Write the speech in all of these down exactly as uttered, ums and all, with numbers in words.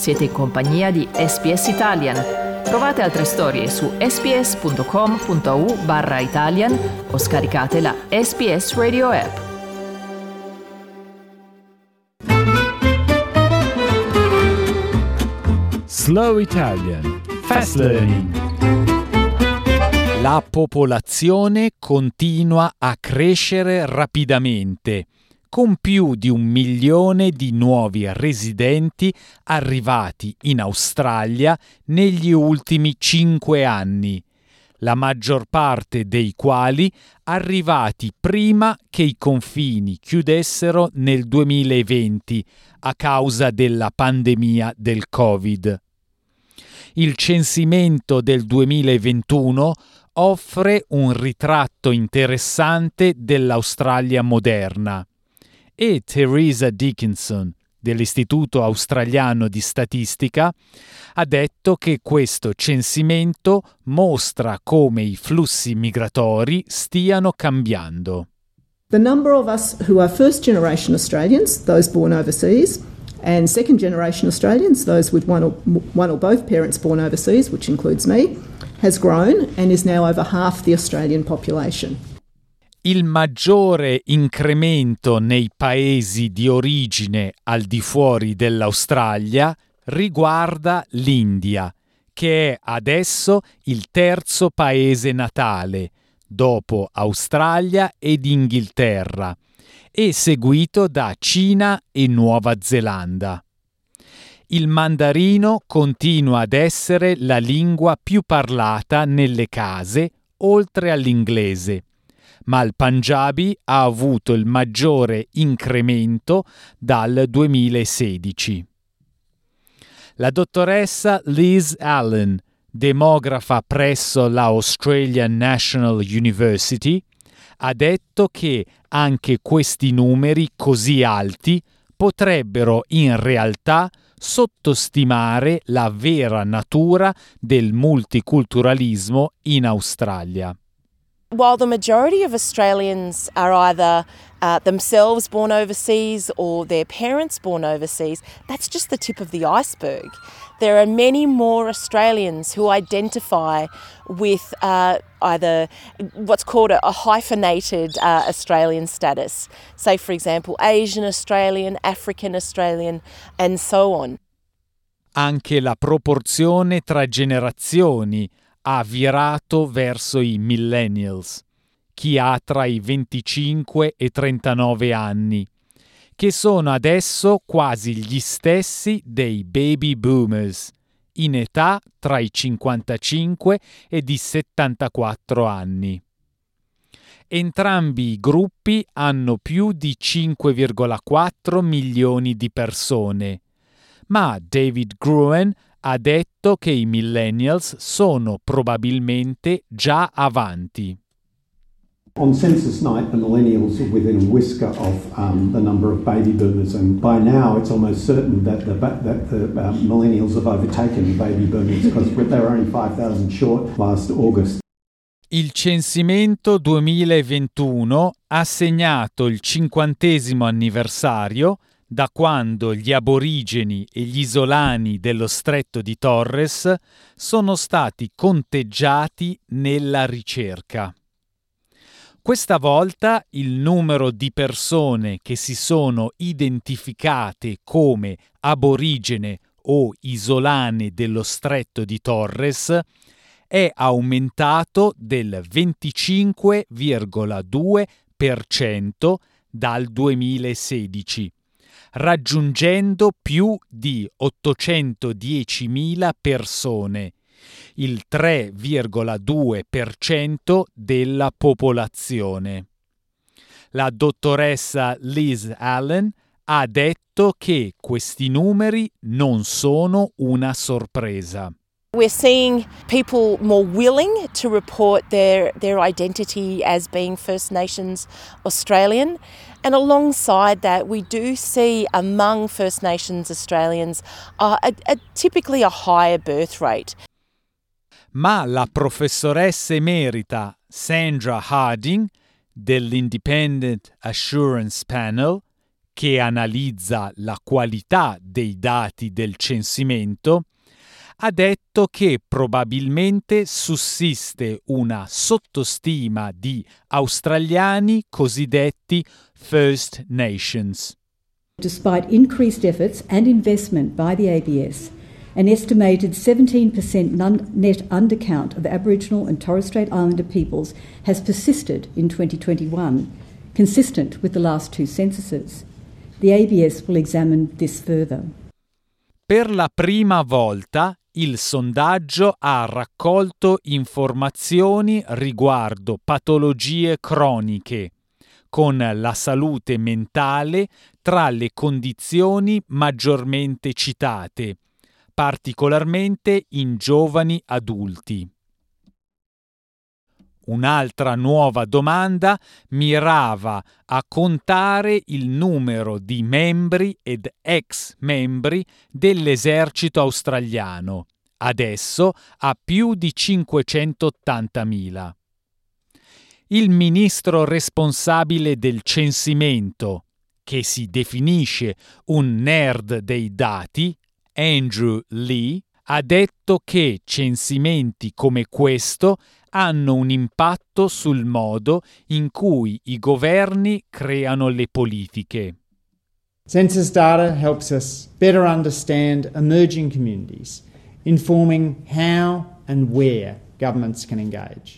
Siete in compagnia di S B S Italian. Trovate altre storie su sbs.com.au barra Italian o scaricate la S B S Radio app. Slow Italian Fast Learning. La popolazione continua a crescere rapidamente, con più di un milione di nuovi residenti arrivati in Australia negli ultimi cinque anni, la maggior parte dei quali arrivati prima che i confini chiudessero nel duemilaventi a causa della pandemia del Covid. Il censimento del duemilaventuno offre un ritratto interessante dell'Australia moderna. E Teresa Dickinson, dell'Istituto Australiano di Statistica, ha detto che questo censimento mostra come i flussi migratori stiano cambiando. The number of us who are first generation Australians, those born overseas, and second generation Australians, those with one or, one or both parents born overseas, which includes me, has grown and is now over half the Australian population. Il maggiore incremento nei paesi di origine al di fuori dell'Australia riguarda l'India, che è adesso il terzo paese natale, dopo Australia ed Inghilterra, e seguito da Cina e Nuova Zelanda. Il mandarino continua ad essere la lingua più parlata nelle case, oltre all'inglese, ma il Punjabi ha avuto il maggiore incremento dal duemilasedici. La dottoressa Liz Allen, demografa presso la Australian National University, ha detto che anche questi numeri così alti potrebbero in realtà sottostimare la vera natura del multiculturalismo in Australia. While the majority of Australians are either uh, themselves born overseas or their parents born overseas, that's just the tip of the iceberg. There are many more Australians who identify with uh, either what's called a, a hyphenated uh, Australian status. Say, for example, Asian Australian, African Australian, and so on. Anche la proporzione tra generazioni ha virato verso i millennials, chi ha tra i venticinque e trentanove anni, che sono adesso quasi gli stessi dei baby boomers, in età tra i cinquantacinque ed i settantaquattro anni. Entrambi i gruppi hanno più di cinque virgola quattro milioni di persone, ma David Gruen ha detto che i millennials sono probabilmente già avanti. On census night, the millennials are within a whisker of um, the number of baby boomers, and by now it's almost certain that the, that the uh, millennials have overtaken the baby boomers because they were only five thousand short last August. Il censimento duemilaventuno ha segnato il cinquantesimo anniversario da quando gli aborigeni e gli isolani dello Stretto di Torres sono stati conteggiati nella ricerca. Questa volta il numero di persone che si sono identificate come aborigene o isolane dello Stretto di Torres è aumentato del venticinque virgola due per cento dal duemilasedici, raggiungendo più di ottocentodiecimila persone, il tre virgola due per cento della popolazione. La dottoressa Liz Allen ha detto che questi numeri non sono una sorpresa. We're seeing people more willing to report their, their identity as being First Nations Australian. And alongside that, we do see among First Nations Australians uh, a, a, typically a higher birth rate. Ma la professoressa emerita Sandra Harding dell'Independent Assurance Panel, che analizza la qualità dei dati del censimento, ha detto che probabilmente sussiste una sottostima di australiani cosiddetti First Nations. Despite increased efforts and investment by the A B S, an estimated seventeen percent net undercount of Aboriginal and Torres Strait Islander peoples has persisted in twenty twenty-one, consistent with the last two censuses. The A B S will examine this further. Per la prima volta il sondaggio ha raccolto informazioni riguardo patologie croniche, con la salute mentale tra le condizioni maggiormente citate, particolarmente in giovani adulti. Un'altra nuova domanda mirava a contare il numero di membri ed ex membri dell'esercito australiano, adesso a più di cinquecentottantamila. Il ministro responsabile del censimento, che si definisce un nerd dei dati, Andrew Lee, ha detto che censimenti come questo hanno un impatto sul modo in cui i governi creano le politiche. Census data helps us better understand emerging communities, informing how and where governments can engage.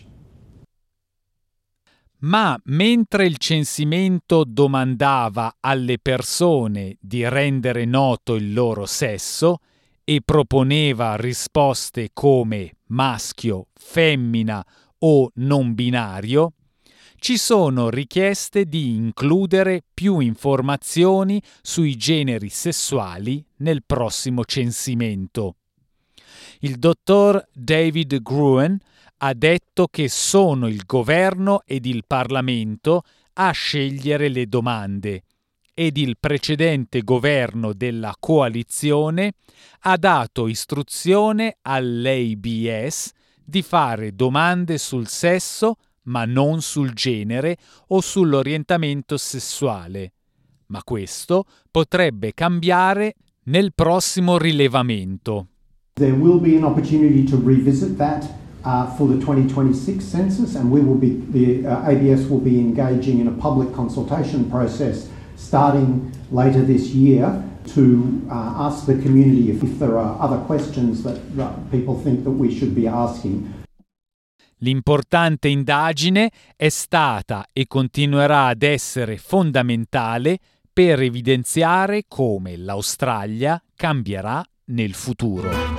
Ma mentre il censimento domandava alle persone di rendere noto il loro sesso e proponeva risposte come maschio, femmina o non binario, ci sono richieste di includere più informazioni sui generi sessuali nel prossimo censimento. Il dottor David Gruen ha detto che sono il governo ed il Parlamento a scegliere le domande ed il precedente governo della coalizione ha dato istruzione all'A B S di fare domande sul sesso ma non sul genere o sull'orientamento sessuale. Ma questo potrebbe cambiare nel prossimo rilevamento. There will be an opportunity to revisit that uh, for the twenty twenty-six census, and we will be the uh, A B S will be engaging in a public consultation process starting later this year to uh, ask the community if, if there are other questions that uh, people think that we should be asking. L'importante indagine è stata e continuerà ad essere fondamentale per evidenziare come l'Australia cambierà nel futuro.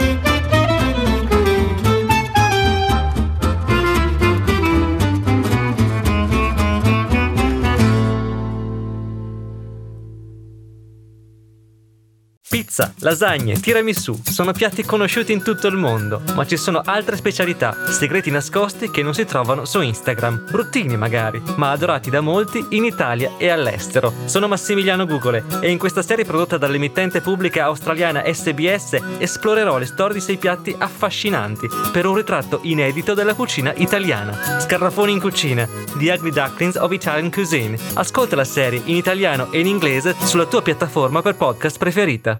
Pizza, lasagne, tiramisù sono piatti conosciuti in tutto il mondo, ma ci sono altre specialità, segreti nascosti che non si trovano su Instagram, bruttini magari, ma adorati da molti in Italia e all'estero. Sono Massimiliano Gugole e in questa serie prodotta dall'emittente pubblica australiana S B S esplorerò le storie di sei piatti affascinanti per un ritratto inedito della cucina italiana. Scarafoni in cucina, The Ugly Ducklings of Italian Cuisine. Ascolta la serie in italiano e in inglese sulla tua piattaforma per podcast preferita.